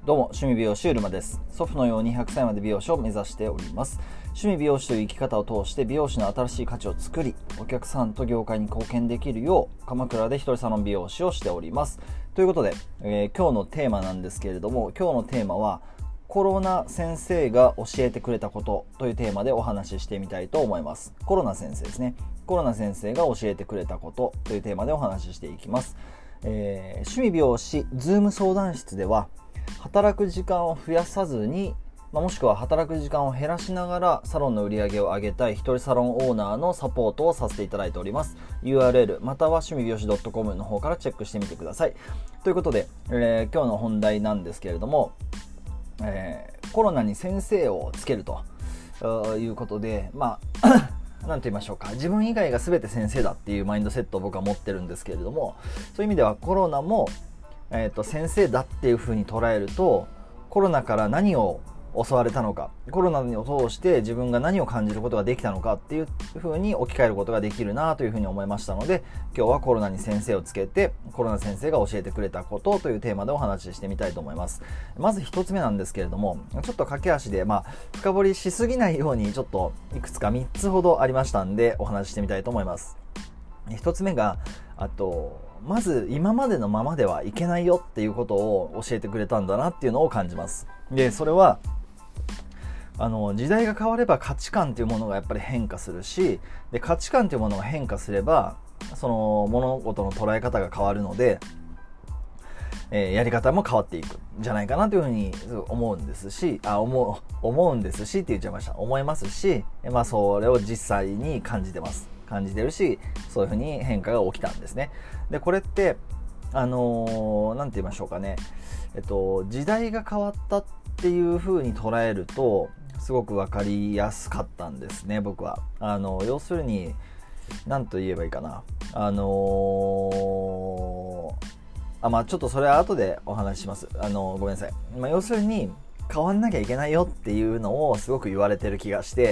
どうも、趣味美容師うるまです。祖父のように100歳まで美容師を目指しております。趣味美容師という生き方を通して美容師の新しい価値を作り、お客さんと業界に貢献できるよう、鎌倉で一人サロン美容師をしております。ということで、今日のテーマなんですけれども、今日のテーマは、コロナ先生が教えてくれたことというテーマでお話ししてみたいと思います。コロナ先生ですね。コロナ先生が教えてくれたことというテーマでお話ししていきます。趣味美容師ズーム相談室では働く時間を増やさずに、もしくは働く時間を減らしながらサロンの売り上げを上げたい一人サロンオーナーのサポートをさせていただいております。 URL または趣味美容師 .com の方からチェックしてみてください。ということで、今日の本題なんですけれども、コロナに先生をつけるということで、なんと言いましょうか、自分以外が全て先生だっていうマインドセットを僕は持ってるんですけれども、そういう意味ではコロナも、先生だっていうふうに捉えると、コロナから何を襲われたのか、コロナを通して自分が何を感じることができたのかっていうふうに置き換えることができるなというふうに思いましたので、今日はコロナに先生をつけて、コロナ先生が教えてくれたことというテーマでお話ししてみたいと思います。まず一つ目なんですけれども、ちょっと駆け足で、深掘りしすぎないようにちょっといくつか3つほどありましたんでお話ししてみたいと思います。一つ目が、まず今までのままではいけないよっていうことを教えてくれたんだなっていうのを感じます。で、それは時代が変われば価値観というものがやっぱり変化するし、で価値観というものが変化すればその物事の捉え方が変わるので、やり方も変わっていくんじゃないかなというふうに思うんですし、思うんですしって言っちゃいました。思いますし、それを実際に感じてるし、そういうふうに変化が起きたんですね。でこれってなんて言いましょうかね、時代が変わったっていうふうに捉えるとすごく分かりやすかったんですね、僕は。要するに何と言えばいいかな、ちょっとそれは後でお話しします。ごめんなさい。要するに変わんなきゃいけないよっていうのをすごく言われてる気がして、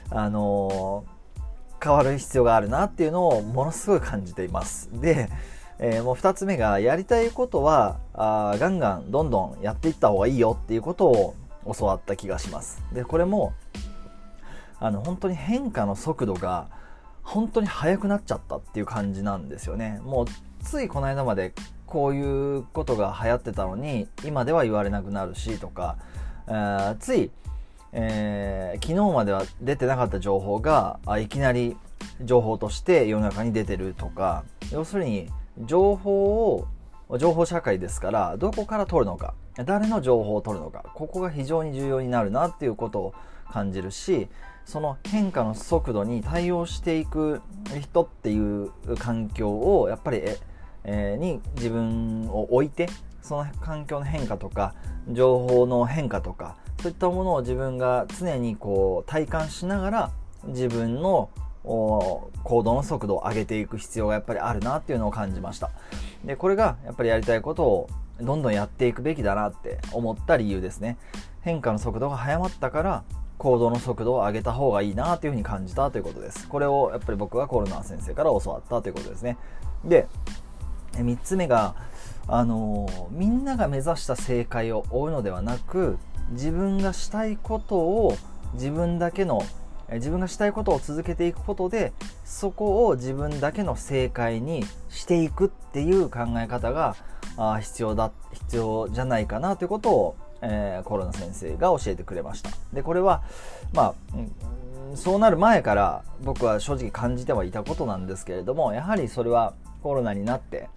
変わる必要があるなっていうのをものすごい感じています。で、もう2つ目が、やりたいことはガンガンどんどんやっていった方がいいよっていうことを教わった気がします。でこれも本当に変化の速度が本当に速くなっちゃったっていう感じなんですよね。もうついこの間までこういうことが流行ってたのに今では言われなくなるしとか、つい昨日までは出てなかった情報がいきなり情報として世の中に出てるとか、要するに情報社会ですから、どこから取るのか、誰の情報を取るのか、ここが非常に重要になるなっていうことを感じるし、その変化の速度に対応していく人っていう環境をやっぱりに自分を置いて、その環境の変化とか情報の変化とか、そういったものを自分が常に体感しながら自分の行動の速度を上げていく必要がやっぱりあるなっていうのを感じました。でこれがやっぱりやりたいことをどんどんやっていくべきだなって思った理由ですね。変化の速度が速まったから行動の速度を上げた方がいいなというふうに感じたということです。これをやっぱり僕はコロナ先生から教わったということですね。で3つ目が、みんなが目指した正解を追うのではなく、自分がしたいことを自分がしたいことを続けていくことで、そこを自分だけの正解にしていくっていう考え方が必要じゃないかなということを、コロナ先生が教えてくれました。でこれはそうなる前から僕は正直感じてはいたことなんですけれども、やはりそれはコロナになって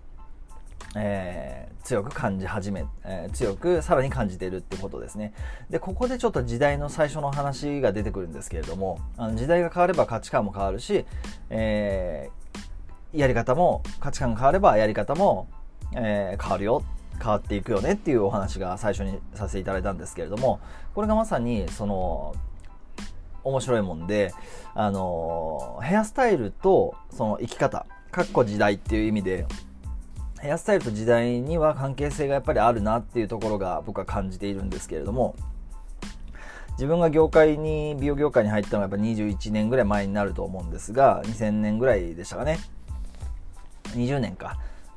強く感じ始め、強くさらに感じているってことですね。でここでちょっと時代の最初の話が出てくるんですけれども、時代が変われば価値観も変わるし、やり方も、価値観が変わればやり方も、変わっていくよねっていうお話が最初にさせていただいたんですけれども、これがまさにその面白いもんで、ヘアスタイルとその生き方、時代っていう意味で、ヘアスタイルと時代には関係性がやっぱりあるなっていうところが僕は感じているんですけれども、自分が美容業界に入ったのがやっぱ21年ぐらい前になると思うんですが、2000年ぐらいでしたかね。20年か。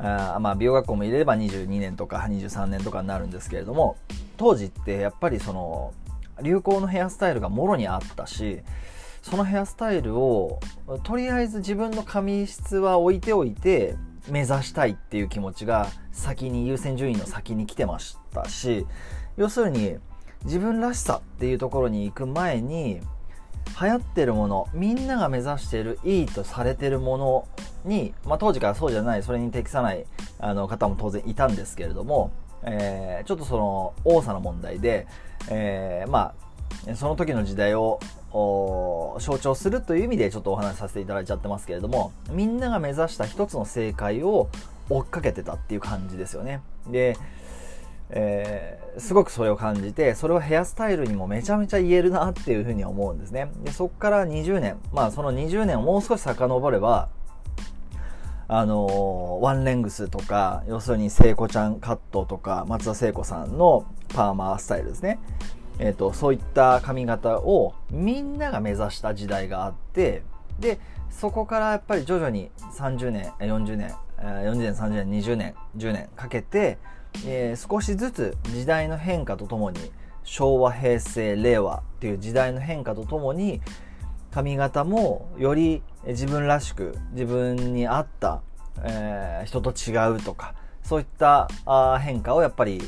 美容学校も入れれば22年とか23年とかになるんですけれども、当時ってやっぱりその流行のヘアスタイルがもろにあったし、そのヘアスタイルをとりあえず自分の髪質は置いておいて目指したいっていう気持ちが先に優先順位の先に来てましたし、要するに自分らしさっていうところに行く前に流行ってるもの、みんなが目指しているいいとされてるものに、当時からそうじゃない、それに適さない方も当然いたんですけれども、ちょっとその多さの問題で、その時の時代を象徴するという意味でちょっとお話しさせていただいちゃってますけれども、みんなが目指した一つの正解を追っかけてたっていう感じですよね。で、すごくそれを感じて、それはヘアスタイルにもめちゃめちゃ言えるなっていうふうに思うんですね。で、そこから20年、その20年をもう少し遡れば、ワンレングスとか、要するに聖子ちゃんカットとか、松田聖子さんのパーマスタイルですね。そういった髪型をみんなが目指した時代があって、で、そこからやっぱり徐々に30年、40年、40年、30年、20年、10年かけて、少しずつ時代の変化とともに、昭和、平成、令和っていう時代の変化とともに、髪型もより自分らしく、自分に合った、人と違うとか、そういった変化を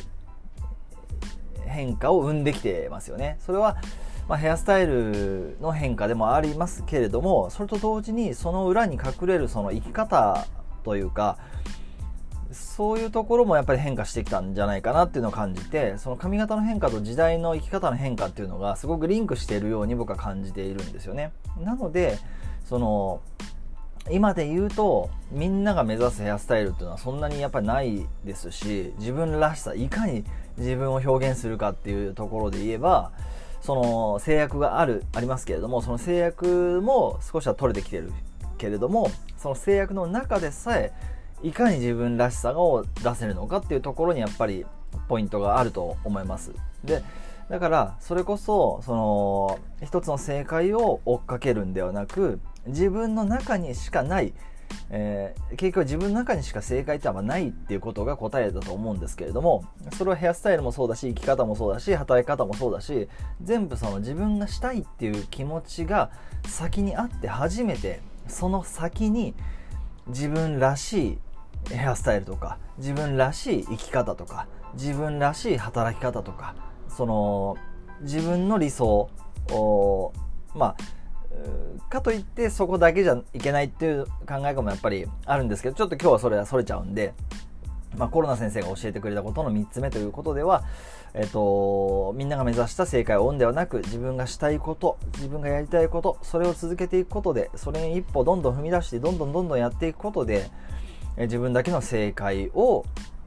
生んできてますよね。それは、ヘアスタイルの変化でもありますけれども、それと同時にその裏に隠れるその生き方というか、そういうところもやっぱり変化してきたんじゃないかなっていうのを感じて、その髪型の変化と時代の生き方の変化っていうのがすごくリンクしているように僕は感じているんですよね。なので、その今で言うとみんなが目指すヘアスタイルっていうのはそんなにやっぱりないですし、自分らしさ、いかに自分を表現するかっていうところで言えば、その制約がありますけれども、その制約も少しは取れてきてるけれども、その制約の中でさえいかに自分らしさを出せるのかっていうところにやっぱりポイントがあると思います。で、だからそれこそその一つの正解を追っかけるんではなく、自分の中にしかない、結局自分の中にしか正解ってないっていうことが答えだと思うんですけれども、それはヘアスタイルもそうだし、生き方もそうだし、働き方もそうだし、全部その自分がしたいっていう気持ちが先にあって初めて、その先に自分らしいヘアスタイルとか、自分らしい生き方とか、自分らしい働き方とか、その自分の理想をかといってそこだけじゃいけないっていう考え方もやっぱりあるんですけど、ちょっと今日はそれはそれちゃうんで、コロナ先生が教えてくれたことの3つ目ということでは、みんなが目指した正解を追うんではなく、自分がしたいこと、自分がやりたいこと、それを続けていくことで、それに一歩どんどん踏み出してどんどんやっていくことで、自分だけの正解を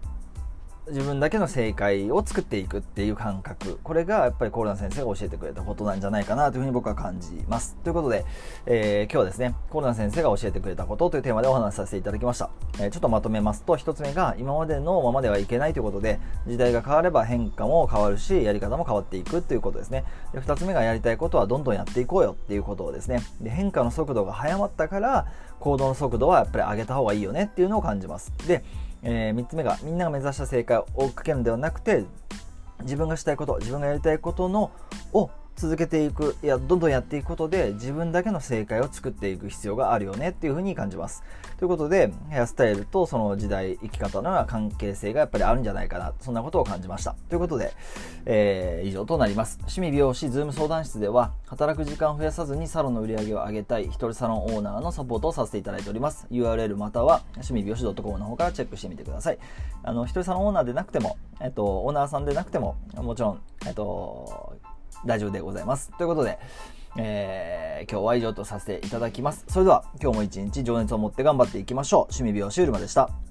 作っていくっていう感覚、これがやっぱりコロナ先生が教えてくれたことなんじゃないかなというふうに僕は感じます。ということで、今日はですね、コロナ先生が教えてくれたことというテーマでお話しさせていただきました。ちょっとまとめますと、一つ目が今までのままではいけないということで、時代が変われば変化も変わるし、やり方も変わっていくということですね。で、二つ目がやりたいことはどんどんやっていこうよっていうことをですね。で、変化の速度が速まったから行動の速度はやっぱり上げた方がいいよねっていうのを感じます。で、3つ目がみんなが目指した正解を追っかけるのではなくて、自分がしたいこと、自分がやりたいことを続けていく、どんどんやっていくことで自分だけの正解を作っていく必要があるよねっていうふうに感じます。ということで、ヘアスタイルとその時代生き方のような関係性がやっぱりあるんじゃないかな、そんなことを感じました。ということで、以上となります。趣味美容師ズーム相談室では、働く時間を増やさずにサロンの売り上げを上げたい一人サロンオーナーのサポートをさせていただいております。URL または趣味美容師 .com の方からチェックしてみてください。一人サロンオーナーでなくても、オーナーさんでなくても、もちろん、大丈夫でございます。ということで、今日は以上とさせていただきます。それでは今日も一日情熱を持って頑張っていきましょう。趣味美容師うるまでした。